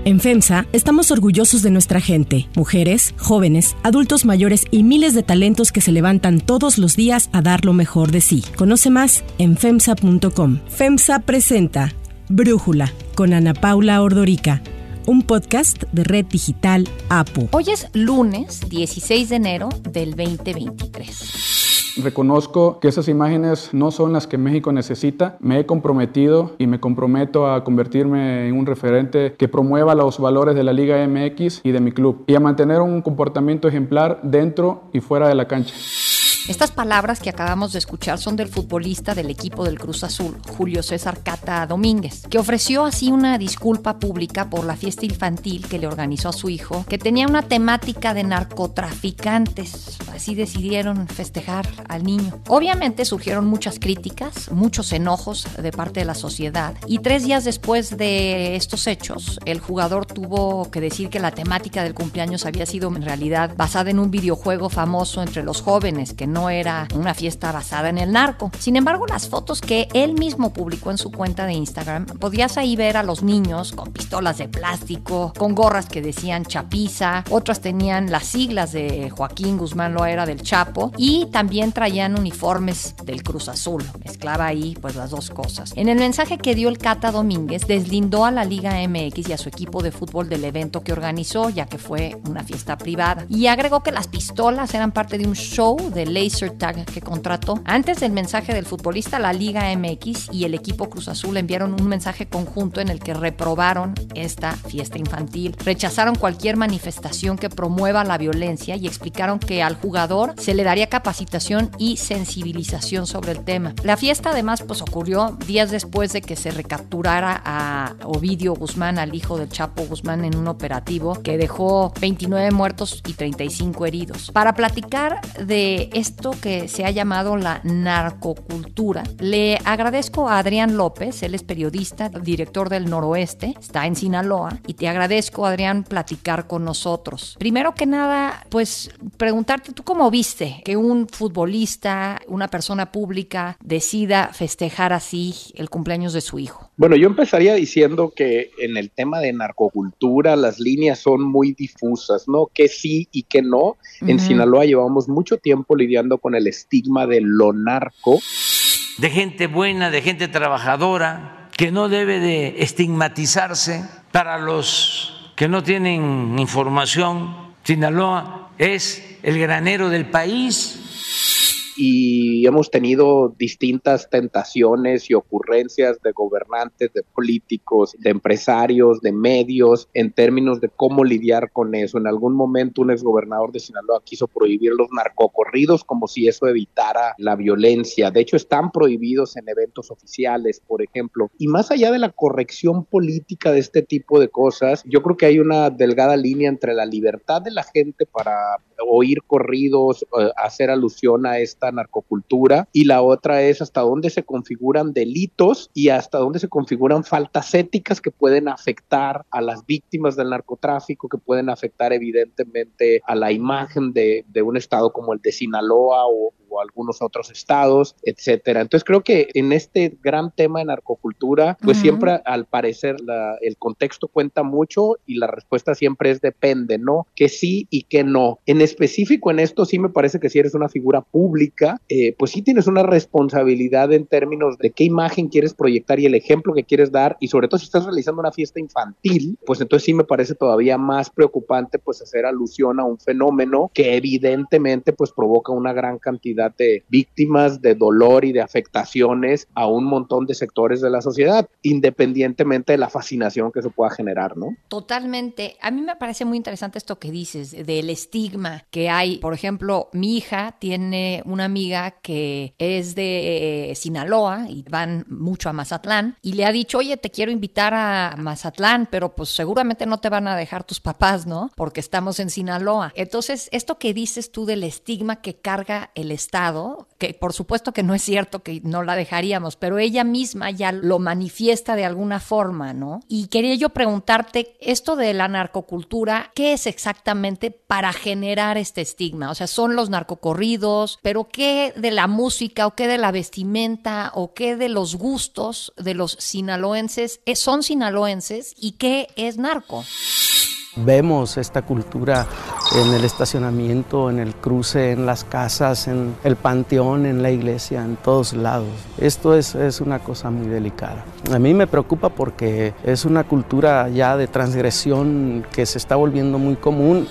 En FEMSA estamos orgullosos de nuestra gente, mujeres, jóvenes, adultos mayores y miles de talentos que se levantan todos los días a dar lo mejor de sí. Conoce más en FEMSA.com. FEMSA presenta Brújula con Ana Paula Ordorica, un podcast de Red Digital APU. Hoy es lunes 16 de enero del 2023. Reconozco que esas imágenes no son las que México necesita. Me he comprometido y me comprometo a convertirme en un referente que promueva los valores de la Liga MX y de mi club y a mantener un comportamiento ejemplar dentro y fuera de la cancha. Estas palabras que acabamos de escuchar son del futbolista del equipo del Cruz Azul, Julio César Cata Domínguez, que ofreció así una disculpa pública por la fiesta infantil que le organizó a su hijo, que tenía una temática de narcotraficantes. Así decidieron festejar al niño. Obviamente surgieron muchas críticas, muchos enojos de parte de la sociedad, y 3 días después de estos hechos, el jugador tuvo que decir que la temática del cumpleaños había sido en realidad basada en un videojuego famoso entre los jóvenes, que no era una fiesta basada en el narco. Sin embargo, las fotos que él mismo publicó en su cuenta de Instagram, podías ahí ver a los niños con pistolas de plástico, con gorras que decían Chapiza, otras tenían las siglas de Joaquín Guzmán Loera del Chapo, y también traían uniformes del Cruz Azul. Mezclaba ahí pues las dos cosas. En el mensaje que dio el Cata Domínguez, deslindó a la Liga MX y a su equipo de fútbol del evento que organizó, ya que fue una fiesta privada. Y agregó que las pistolas eran parte de un show de laser tag que contrató. Antes del mensaje del futbolista, la Liga MX y el equipo Cruz Azul enviaron un mensaje conjunto en el que reprobaron esta fiesta infantil, rechazaron cualquier manifestación que promueva la violencia y explicaron que al jugador se le daría capacitación y sensibilización sobre el tema. La fiesta además pues ocurrió días después de que se recapturara a Ovidio Guzmán, al hijo del Chapo Guzmán, en un operativo que dejó 29 muertos y 35 heridos. Para platicar de esto que se ha llamado la narcocultura, le agradezco a Adrián López. Él es periodista, director del Noroeste, está en Sinaloa, y te agradezco, Adrián, platicar con nosotros. Primero que nada, pues preguntarte, ¿tú cómo viste que un futbolista, una persona pública, decida festejar así el cumpleaños de su hijo? Bueno, yo empezaría diciendo que en el tema de narcocultura las líneas son muy difusas, ¿no? Que sí y que no. En Sinaloa llevamos mucho tiempo lidiando con el estigma de lo narco. De gente buena, de gente trabajadora, que no debe de estigmatizarse. Para los que no tienen información, Sinaloa es el granero del país. Y hemos tenido distintas tentaciones y ocurrencias de gobernantes, de políticos, de empresarios, de medios, en términos de cómo lidiar con eso. En algún momento un exgobernador de Sinaloa quiso prohibir los narcocorridos como si eso evitara la violencia. De hecho, están prohibidos en eventos oficiales, por ejemplo. Y más allá de la corrección política de este tipo de cosas, yo creo que hay una delgada línea entre la libertad de la gente para oír corridos, hacer alusión a esta narcocultura, y la otra es hasta dónde se configuran delitos y hasta dónde se configuran faltas éticas que pueden afectar a las víctimas del narcotráfico, que pueden afectar evidentemente a la imagen de un estado como el de Sinaloa o algunos otros estados, etcétera. Entonces creo que en este gran tema de narcocultura, pues siempre al parecer el contexto cuenta mucho y la respuesta siempre es depende, ¿no? Que sí y que no. En específico en esto sí me parece que si eres una figura pública, pues sí tienes una responsabilidad en términos de qué imagen quieres proyectar y el ejemplo que quieres dar, y sobre todo si estás realizando una fiesta infantil, pues entonces sí me parece todavía más preocupante pues hacer alusión a un fenómeno que evidentemente pues provoca una gran cantidad de víctimas, de dolor y de afectaciones a un montón de sectores de la sociedad, independientemente de la fascinación que se pueda generar, ¿no? Totalmente. A mí me parece muy interesante esto que dices del estigma que hay. Por ejemplo, mi hija tiene una amiga que es de Sinaloa y van mucho a Mazatlán, y le ha dicho, oye, te quiero invitar a Mazatlán, pero pues seguramente no te van a dejar tus papás, ¿no? Porque estamos en Sinaloa. Entonces, esto que dices tú del estigma que carga el estado Estado, que por supuesto que no es cierto que no la dejaríamos, pero ella misma ya lo manifiesta de alguna forma, ¿no? Y quería yo preguntarte, esto de la narcocultura, ¿qué es exactamente para generar este estigma? O sea, son los narcocorridos, pero ¿qué de la música o qué de la vestimenta o qué de los gustos de los sinaloenses son sinaloenses y qué es narco? Vemos esta cultura en el estacionamiento, en el cruce, en las casas, en el panteón, en la iglesia, en todos lados. Esto es una cosa muy delicada. A mí me preocupa porque es una cultura ya de transgresión que se está volviendo muy común.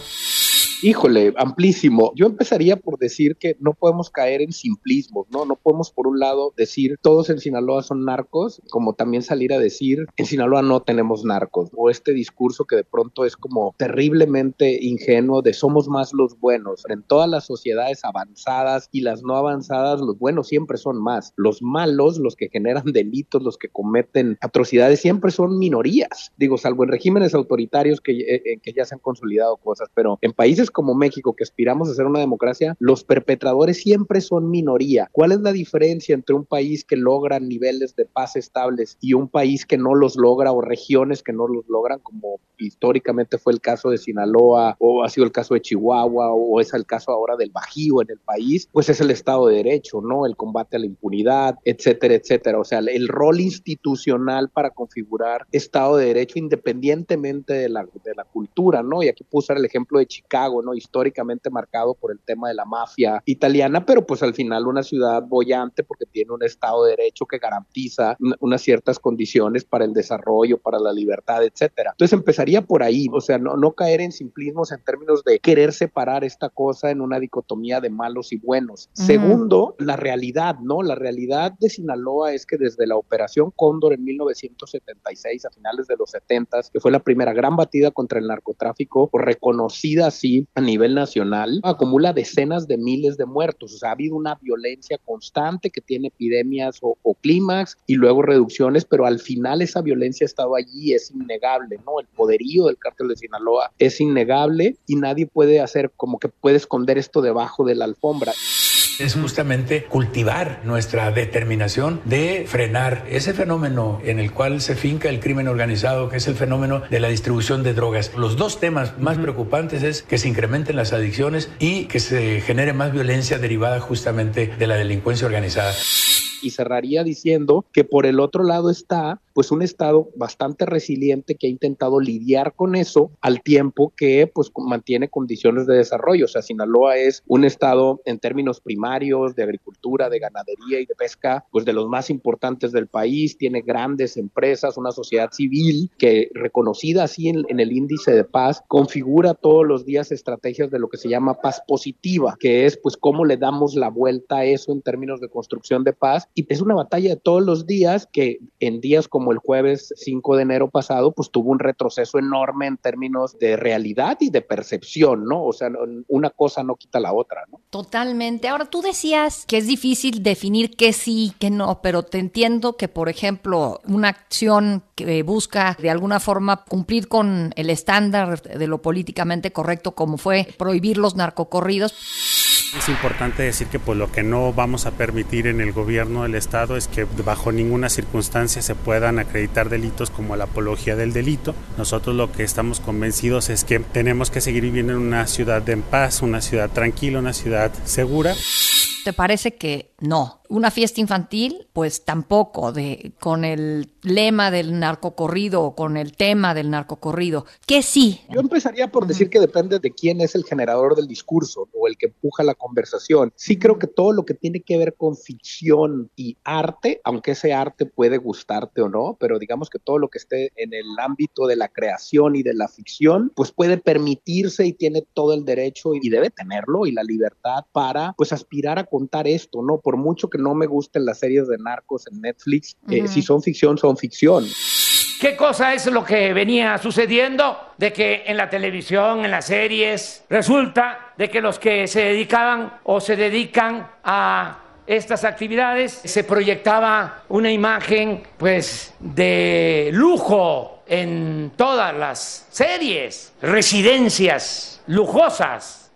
Híjole, amplísimo. Yo empezaría por decir que no podemos caer en simplismos, ¿no? No podemos, por un lado, decir todos en Sinaloa son narcos, como también salir a decir en Sinaloa no tenemos narcos, o este discurso que de pronto es como terriblemente ingenuo de somos más los buenos. En todas las sociedades avanzadas y las no avanzadas, los buenos siempre son más. Los malos, los que generan delitos, los que cometen atrocidades, siempre son minorías. Digo, salvo en regímenes autoritarios que ya se han consolidado cosas, pero en países como México, que aspiramos a ser una democracia, los perpetradores siempre son minoría. ¿Cuál es la diferencia entre un país que logra niveles de paz estables y un país que no los logra, o regiones que no los logran, como históricamente fue el caso de Sinaloa, o ha sido el caso de Chihuahua, o es el caso ahora del Bajío en el país? Pues es el Estado de Derecho, ¿no? El combate a la impunidad, etcétera, etcétera. O sea, el rol institucional para configurar Estado de Derecho independientemente de la cultura, ¿no? Y aquí puedo usar el ejemplo de Chicago, ¿no? Históricamente marcado por el tema de la mafia italiana, pero pues al final una ciudad boyante porque tiene un Estado de Derecho que garantiza unas ciertas condiciones para el desarrollo, para la libertad, etcétera. Entonces empezaría por ahí, o sea, no caer en simplismos en términos de querer separar esta cosa en una dicotomía de malos y buenos. Segundo, la realidad, ¿no? La realidad de Sinaloa es que desde la Operación Cóndor en 1976, a finales de los 70, que fue la primera gran batida contra el narcotráfico, reconocida así a nivel nacional, acumula decenas de miles de muertos. O sea, ha habido una violencia constante que tiene epidemias o clímax y luego reducciones, pero al final esa violencia ha estado allí, es innegable, ¿no? El poderío del cártel de Sinaloa es innegable y nadie puede hacer como que puede esconder esto debajo de la alfombra. Es justamente cultivar nuestra determinación de frenar ese fenómeno en el cual se finca el crimen organizado, que es el fenómeno de la distribución de drogas. Los dos temas más preocupantes es que se incrementen las adicciones y que se genere más violencia derivada justamente de la delincuencia organizada. Y cerraría diciendo que por el otro lado está pues un Estado bastante resiliente que ha intentado lidiar con eso al tiempo que pues mantiene condiciones de desarrollo. O sea, Sinaloa es un Estado en términos primarios de agricultura, de ganadería y de pesca, pues de los más importantes del país, tiene grandes empresas, una sociedad civil que reconocida así en el índice de paz, configura todos los días estrategias de lo que se llama paz positiva, que es pues cómo le damos la vuelta a eso en términos de construcción de paz. Y es una batalla de todos los días que en días como el jueves 5 de enero pasado, pues tuvo un retroceso enorme en términos de realidad y de percepción, ¿no? O sea, una cosa no quita la otra, ¿no? Totalmente. Ahora, tú decías que es difícil definir qué sí y qué no, pero te entiendo que, por ejemplo, una acción que busca de alguna forma cumplir con el estándar de lo políticamente correcto, como fue prohibir los narcocorridos. Es importante decir que pues lo que no vamos a permitir en el gobierno del Estado es que bajo ninguna circunstancia se puedan acreditar delitos como la apología del delito. Nosotros lo que estamos convencidos es que tenemos que seguir viviendo en una ciudad en paz, una ciudad tranquila, una ciudad segura. ¿Te parece que no? Una fiesta infantil, pues tampoco, con el lema del narcocorrido o con el tema del narcocorrido. ¿Qué sí? Yo empezaría por decir que depende de quién es el generador del discurso o el que empuja la conversación. Sí creo que todo lo que tiene que ver con ficción y arte, aunque ese arte puede gustarte o no, pero digamos que todo lo que esté en el ámbito de la creación y de la ficción, pues puede permitirse y tiene todo el derecho y debe tenerlo y la libertad para pues aspirar a contar esto, ¿no? Por mucho que no me gusten las series de narcos en Netflix, si son ficción, son ficción. ¿Qué cosa es lo que venía sucediendo? De que en la televisión, en las series, resulta de que los que se dedicaban o se dedican a estas actividades, se proyectaba una imagen pues de lujo en todas las series, residencias lujosas,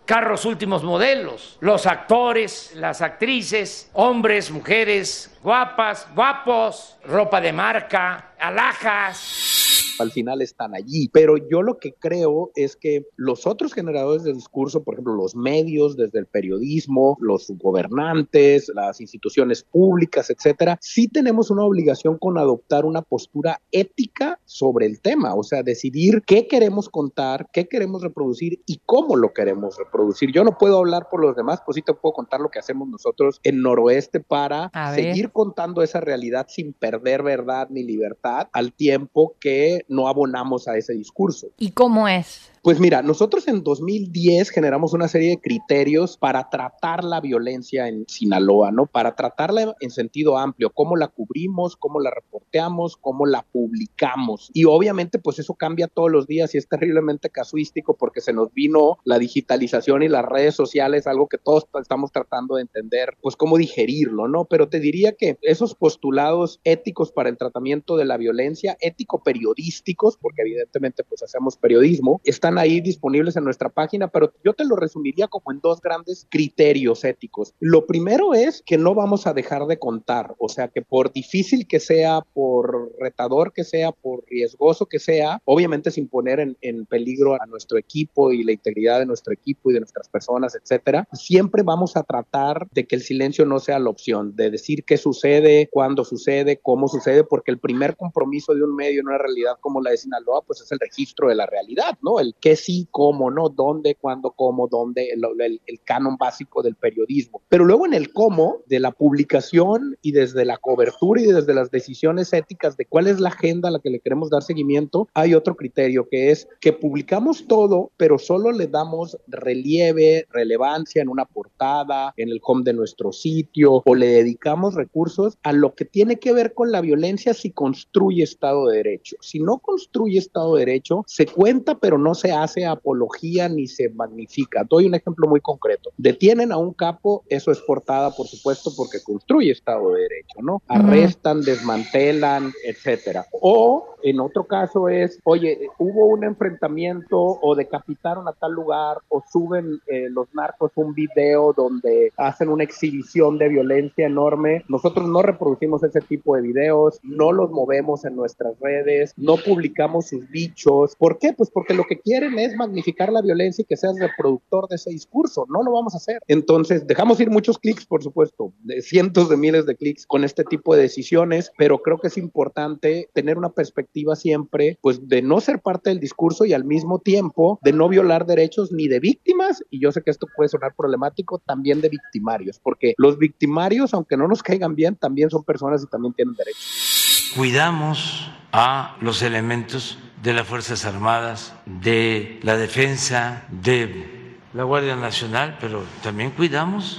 carros últimos modelos, los actores, las actrices, hombres, mujeres, guapas, guapos, ropa de marca, alhajas. Al final están allí, pero yo lo que creo es que los otros generadores de discurso, por ejemplo, los medios, desde el periodismo, los gobernantes, las instituciones públicas, etcétera, sí tenemos una obligación con adoptar una postura ética sobre el tema, o sea, decidir qué queremos contar, qué queremos reproducir y cómo lo queremos reproducir. Yo no puedo hablar por los demás, pues sí te puedo contar lo que hacemos nosotros en Noroeste para seguir contando esa realidad sin perder verdad ni libertad, al tiempo que no abonamos a ese discurso. ¿Y cómo es? Pues mira, nosotros en 2010 generamos una serie de criterios para tratar la violencia en Sinaloa, ¿no? Para tratarla en sentido amplio, cómo la cubrimos, cómo la reporteamos, cómo la publicamos. Y obviamente pues eso cambia todos los días y es terriblemente casuístico porque se nos vino la digitalización y las redes sociales, algo que todos estamos tratando de entender, pues cómo digerirlo, ¿no? Pero te diría que esos postulados éticos para el tratamiento de la violencia, ético-periodísticos, porque evidentemente pues hacemos periodismo, están ahí disponibles en nuestra página, pero yo te lo resumiría como en dos grandes criterios éticos. Lo primero es que no vamos a dejar de contar, o sea que por difícil que sea, por retador que sea, por riesgoso que sea, obviamente sin poner en peligro a nuestro equipo y la integridad de nuestro equipo y de nuestras personas, etcétera, siempre vamos a tratar de que el silencio no sea la opción, de decir qué sucede, cuándo sucede, cómo sucede, porque el primer compromiso de un medio en una realidad como la de Sinaloa, pues es el registro de la realidad, ¿no? El qué sí, cómo, ¿no? Dónde, cuándo, cómo, dónde, el canon básico del periodismo. Pero luego en el cómo, de la publicación y desde la cobertura y desde las decisiones éticas de cuál es la agenda a la que le queremos dar seguimiento, hay otro criterio que es que publicamos todo, pero solo le damos relieve, relevancia en una portada, en el home de nuestro sitio, o le dedicamos recursos a lo que tiene que ver con la violencia si construye Estado de Derecho. Si no construye Estado de Derecho, se cuenta, pero no se hace apología ni se magnifica. Doy un ejemplo muy concreto. Detienen a un capo, eso es portada, por supuesto, porque construye Estado de Derecho, ¿no? Arrestan, desmantelan, etcétera. O en otro caso es, oye, hubo un enfrentamiento o decapitaron a tal lugar o suben los narcos un video donde hacen una exhibición de violencia enorme. Nosotros no reproducimos ese tipo de videos, no los movemos en nuestras redes, no publicamos sus dichos. ¿Por qué? Pues porque lo que quieren es magnificar la violencia y que seas reproductor de ese discurso. No lo vamos a hacer. Entonces, dejamos ir muchos clics, por supuesto, de cientos de miles de clics con este tipo de decisiones, pero creo que es importante tener una perspectiva siempre, pues, de no ser parte del discurso y al mismo tiempo de no violar derechos ni de víctimas, y yo sé que esto puede sonar problemático, también de victimarios, porque los victimarios, aunque no nos caigan bien, también son personas y también tienen derechos. Cuidamos a los elementos de las Fuerzas Armadas, de la Defensa, de la Guardia Nacional, pero también cuidamos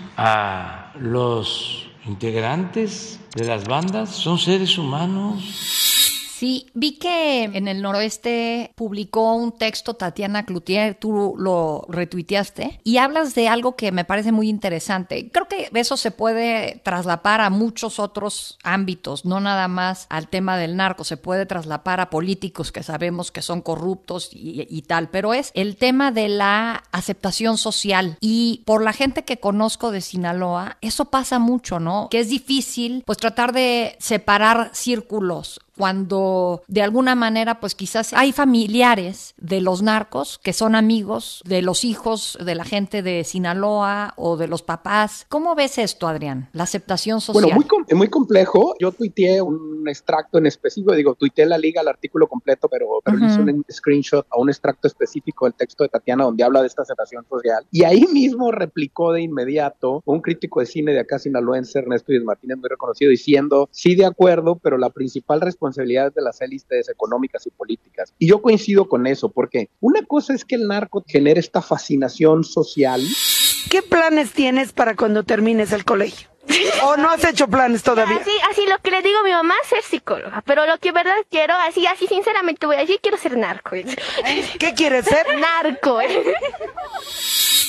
a los integrantes de las bandas, son seres humanos. Sí, vi que en el Noroeste publicó un texto Tatiana Cloutier, tú lo retuiteaste, y hablas de algo que me parece muy interesante. Creo que eso se puede traslapar a muchos otros ámbitos, no nada más al tema del narco, se puede traslapar a políticos que sabemos que son corruptos y tal, pero es el tema de la aceptación social. Y por la gente que conozco de Sinaloa, eso pasa mucho, ¿no? Que es difícil, pues, tratar de separar círculos cuando de alguna manera pues quizás hay familiares de los narcos que son amigos de los hijos de la gente de Sinaloa o de los papás. ¿Cómo ves esto, Adrián? La aceptación social. Bueno, muy complejo. Yo tuiteé un extracto en específico, tuiteé la liga, el artículo completo, pero hice un screenshot a un extracto específico del texto de Tatiana donde habla de esta aceptación social. Y ahí mismo replicó de inmediato un crítico de cine de acá sinaloense, Ernesto Díaz Martínez, muy reconocido, diciendo, sí, de acuerdo, pero la principal responsabilidades de las élites económicas y políticas. Y yo coincido con eso, porque una cosa es que el narco genere esta fascinación social. ¿Qué planes tienes para cuando termines el colegio? ¿O no has hecho planes todavía? Así lo que le digo a mi mamá es ser psicóloga, pero lo que en verdad quiero, así sinceramente voy a decir, quiero ser narco. ¿Qué quieres ser? Narco.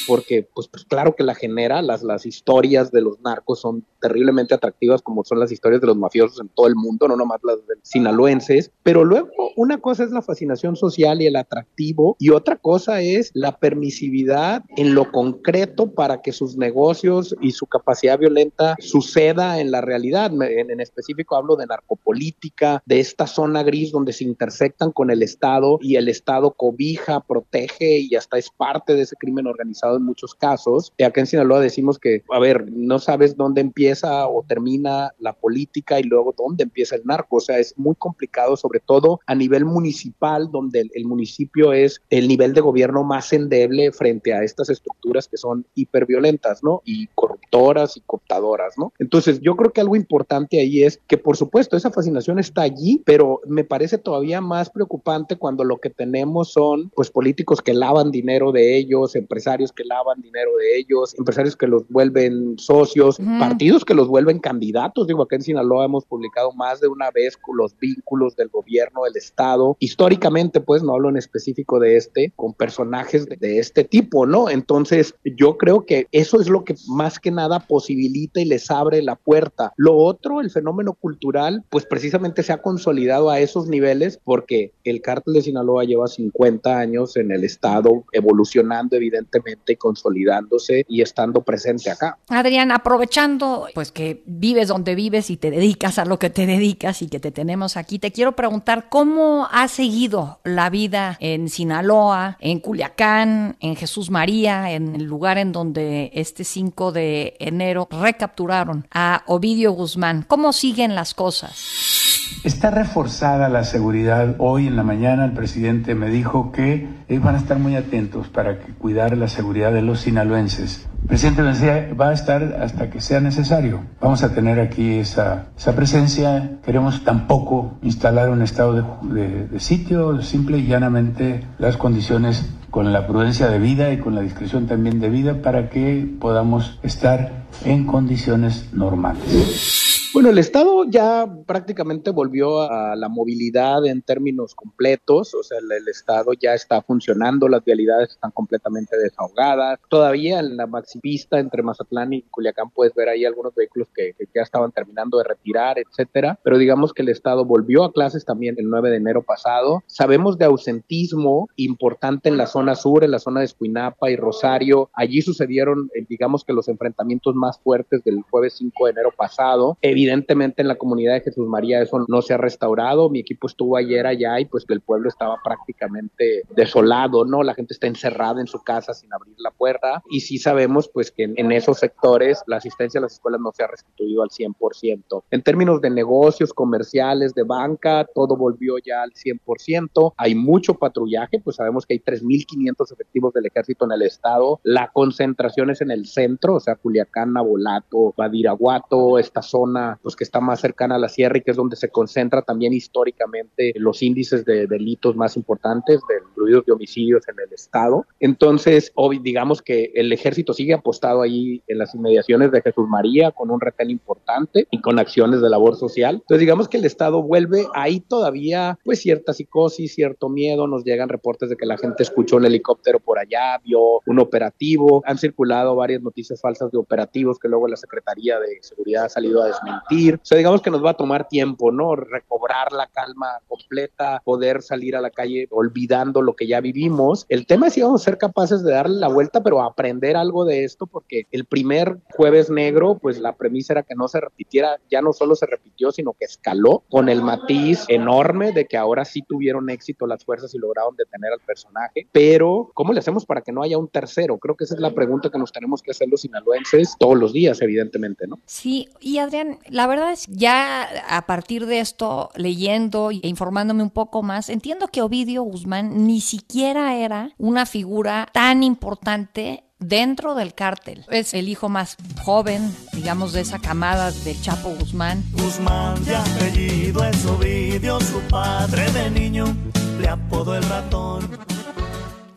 porque pues claro que la genera, las historias de los narcos son terriblemente atractivas, como son las historias de los mafiosos en todo el mundo, no nomás las de sinaloenses, pero luego una cosa es la fascinación social y el atractivo, y otra cosa es la permisividad en lo concreto para que sus negocios y su capacidad violenta suceda en la realidad. En específico hablo de narcopolítica, de esta zona gris donde se intersectan con el Estado y el Estado cobija, protege y hasta es parte de ese crimen organizado en muchos casos. Y acá en Sinaloa decimos que, a ver, no sabes dónde empieza o termina la política y luego dónde empieza el narco. O sea, es muy complicado, sobre todo a nivel municipal, donde el municipio es el nivel de gobierno más endeble frente a estas estructuras que son hiperviolentas, ¿no? Y corruptoras y cooptadoras, ¿no? Entonces, yo creo que algo importante ahí es que, por supuesto, esa fascinación está allí, pero me parece todavía más preocupante cuando lo que tenemos son, pues, políticos que lavan dinero de ellos, empresarios que lavan dinero de ellos, empresarios que los vuelven socios, partidos que los vuelven candidatos. Digo, acá en Sinaloa hemos publicado más de una vez los vínculos del gobierno, del Estado, históricamente, pues, no hablo en específico de con personajes de este tipo, ¿no? Entonces, yo creo que eso es lo que más que nada posibilita y les abre la puerta. Lo otro, el fenómeno cultural, pues precisamente se ha consolidado a esos niveles porque el cártel de Sinaloa lleva 50 años en el Estado, evolucionando evidentemente y consolidándose y estando presente acá. Adrián, aprovechando pues que vives donde vives y te dedicas a lo que te dedicas y que te tenemos aquí, te quiero preguntar cómo has seguido la vida en Sinaloa, en Culiacán, en Jesús María, en el lugar en donde este 5 de enero recapturaron a Ovidio Guzmán. ¿Cómo siguen las cosas? Está reforzada la seguridad. Hoy en la mañana el presidente me dijo que van a estar muy atentos para cuidar la seguridad de los sinaloenses. El presidente me decía, va a estar hasta que sea necesario. Vamos a tener aquí esa presencia. Queremos tampoco instalar un estado de sitio, simple y llanamente las condiciones con la prudencia debida y con la discreción también debida para que podamos estar en condiciones normales. Bueno, el Estado ya prácticamente volvió a la movilidad en términos completos, o sea, el Estado ya está funcionando, las vialidades están completamente desahogadas. Todavía en la maxipista entre Mazatlán y Culiacán puedes ver ahí algunos vehículos que ya estaban terminando de retirar, etcétera, pero digamos que el Estado volvió a clases también el 9 de enero pasado. Sabemos de ausentismo importante en la zona sur, en la zona de Escuinapa y Rosario. Allí sucedieron, digamos que los enfrentamientos más fuertes del jueves 5 de enero pasado. Evidentemente en la comunidad de Jesús María eso no se ha restaurado. Mi equipo estuvo ayer allá y pues el pueblo estaba prácticamente desolado, ¿no? La gente está encerrada en su casa sin abrir la puerta y sí sabemos pues que en esos sectores la asistencia a las escuelas no se ha restituido al 100%. En términos de negocios, comerciales, de banca, todo volvió ya al 100%. Hay mucho patrullaje, pues sabemos que hay 3,500 efectivos del ejército en el estado. La concentración es en el centro, o sea, Culiacán, Nabolato, Badiraguato, esta zona pues que está más cercana a la sierra y que es donde se concentra también históricamente los índices de delitos más importantes, incluidos de homicidios en el estado. Entonces, digamos que el ejército sigue apostado ahí en las inmediaciones de Jesús María con un retén importante y con acciones de labor social. Entonces, digamos que el estado vuelve ahí todavía pues cierta psicosis, cierto miedo. Nos llegan reportes de que la gente escuchó un helicóptero por allá, vio un operativo. Han circulado varias noticias falsas de operativos que luego la Secretaría de Seguridad ha salido a desmentir. O sea, digamos que nos va a tomar tiempo, ¿no? Recobrar la calma completa, poder salir a la calle olvidando lo que ya vivimos. El tema es si vamos a ser capaces de darle la vuelta, pero aprender algo de esto, porque el primer Jueves Negro, pues la premisa era que no se repitiera, ya no solo se repitió, sino que escaló con el matiz enorme de que ahora sí tuvieron éxito las fuerzas y lograron detener al personaje. Pero, ¿cómo le hacemos para que no haya un tercero? Creo que esa es la pregunta que nos tenemos que hacer los sinaloenses todos los días, evidentemente, ¿no? Sí, y Adrián, la verdad es ya a partir de esto, leyendo e informándome un poco más, entiendo que Ovidio Guzmán ni siquiera era una figura tan importante dentro del cártel. Es el hijo más joven, digamos, de esa camada del Chapo Guzmán. Guzmán de apellido es Ovidio, su padre de niño le apodó el ratón.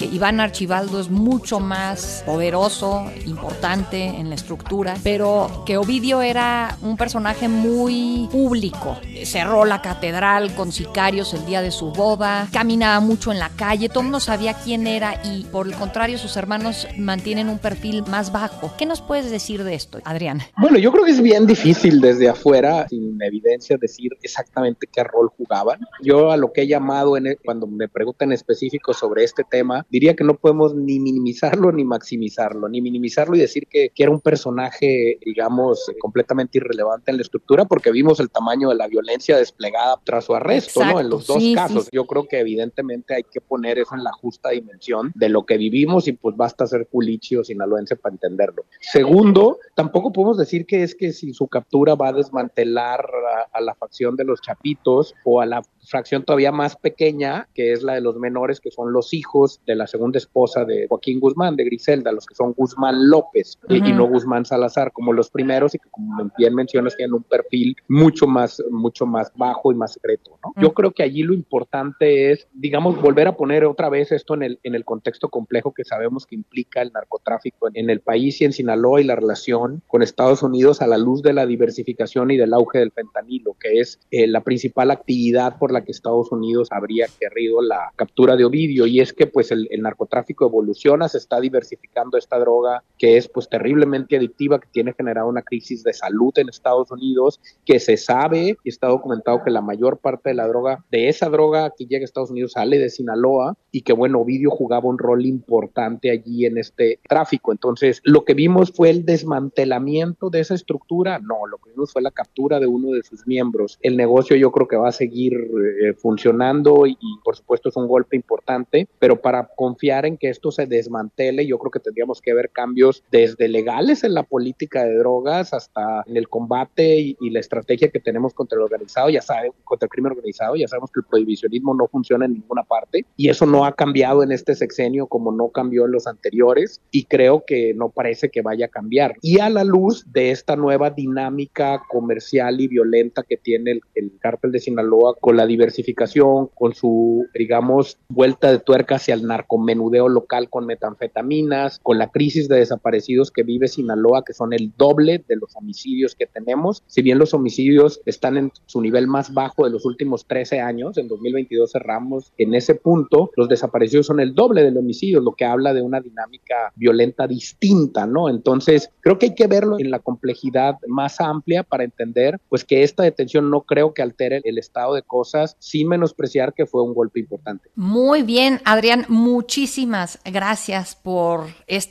que Iván Archibaldo es mucho más poderoso, importante en la estructura, pero que Ovidio era un personaje muy público. Cerró la catedral con sicarios el día de su boda, caminaba mucho en la calle, todo el mundo sabía quién era y por el contrario sus hermanos mantienen un perfil más bajo. ¿Qué nos puedes decir de esto, Adrián? Bueno, yo creo que es bien difícil desde afuera, sin evidencia, decir exactamente qué rol jugaban. Yo a lo que he llamado, cuando me preguntan en específico sobre este tema, diría que no podemos ni minimizarlo ni maximizarlo, ni minimizarlo y decir que era un personaje, digamos, completamente irrelevante en la estructura, porque vimos el tamaño de la violencia desplegada tras su arresto. Exacto, ¿no? En los dos casos. Sí. Yo creo que evidentemente hay que poner eso en la justa dimensión de lo que vivimos y pues basta ser culichi o sinaloense para entenderlo. Segundo, tampoco podemos decir que es que si su captura va a desmantelar a la facción de los Chapitos o a la fracción todavía más pequeña, que es la de los menores, que son los hijos de la segunda esposa de Joaquín Guzmán, de Griselda, los que son Guzmán López y no Guzmán Salazar, como los primeros, y que como bien mencionas tienen un perfil mucho más bajo y más secreto, ¿no? Yo creo que allí lo importante es, digamos, volver a poner otra vez esto en el contexto complejo que sabemos que implica el narcotráfico en el país y en Sinaloa y la relación con Estados Unidos a la luz de la diversificación y del auge del fentanilo, que es la principal actividad por la que Estados Unidos habría querido la captura de Ovidio, y es que pues el narcotráfico evoluciona, se está diversificando esta droga que es pues terriblemente adictiva, que tiene generado una crisis de salud en Estados Unidos, que se sabe y está documentado que la mayor parte de esa droga que llega a Estados Unidos sale de Sinaloa, y que bueno, Ovidio jugaba un rol importante allí en este tráfico. Entonces, lo que vimos fue el desmantelamiento de esa estructura, no, lo que vimos fue la captura de uno de sus miembros. El negocio yo creo que va a seguir funcionando y por supuesto es un golpe importante, pero para confiar en que esto se desmantele, yo creo que tendríamos que ver cambios desde legales en la política de drogas hasta en el combate y la estrategia que tenemos contra el organizado, contra el crimen organizado. Ya sabemos que el prohibicionismo no funciona en ninguna parte y eso no ha cambiado en este sexenio como no cambió en los anteriores, y creo que no parece que vaya a cambiar. Y a la luz de esta nueva dinámica comercial y violenta que tiene el cártel de Sinaloa, con la diversificación, con su, digamos, vuelta de tuerca hacia el narcomenudeo local con metanfetaminas, con la crisis de desaparecidos que vive Sinaloa, que son el doble de los homicidios que tenemos. Si bien los homicidios están en su nivel más bajo de los últimos 13 años, en 2022 cerramos en ese punto, los desaparecidos son el doble de los homicidios, lo que habla de una dinámica violenta distinta, ¿no? Entonces, creo que hay que verlo en la complejidad más amplia para entender, pues, que esta detención no creo que altere el estado de cosas, sin menospreciar que fue un golpe importante. Muy bien, Adrián, muchísimas gracias por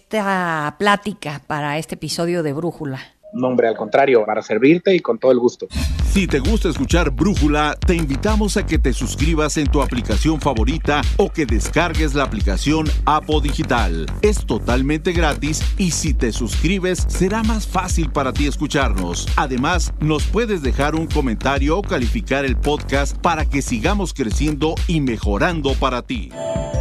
esta plática para este episodio de Brújula. No, hombre, al contrario, para servirte y con todo el gusto. Si te gusta escuchar Brújula, te invitamos a que te suscribas en tu aplicación favorita o que descargues la aplicación Apo Digital. Es totalmente gratis y si te suscribes será más fácil para ti escucharnos. Además, nos puedes dejar un comentario o calificar el podcast para que sigamos creciendo y mejorando para ti.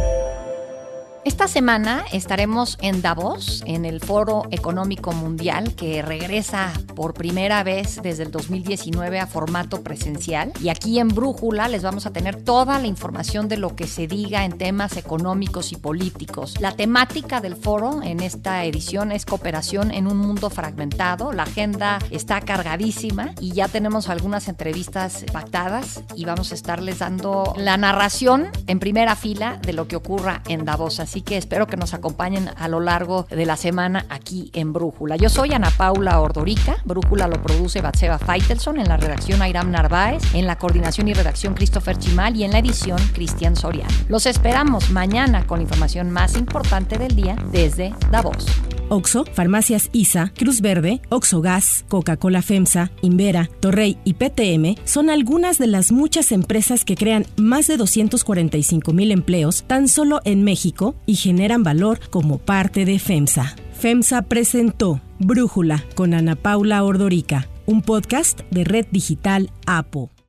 Esta semana estaremos en Davos, en el Foro Económico Mundial, que regresa por primera vez desde el 2019 a formato presencial. Y aquí en Brújula les vamos a tener toda la información de lo que se diga en temas económicos y políticos. La temática del foro en esta edición es cooperación en un mundo fragmentado. La agenda está cargadísima y ya tenemos algunas entrevistas pactadas y vamos a estarles dando la narración en primera fila de lo que ocurra en Davos. Así que espero que nos acompañen a lo largo de la semana aquí en Brújula. Yo soy Ana Paula Ordorica. Brújula lo produce Batseba Faitelson, en la redacción Airam Narváez, en la coordinación y redacción Christopher Chimal y en la edición Cristian Soriano. Los esperamos mañana con la información más importante del día desde Davos. Oxxo, Farmacias ISA, Cruz Verde, Oxxo Gas, Coca-Cola FEMSA, Invera, Torrey y PTM son algunas de las muchas empresas que crean más de 245,000 empleos tan solo en México y generan valor como parte de FEMSA. FEMSA presentó Brújula con Ana Paula Ordorica, un podcast de Red Digital APO.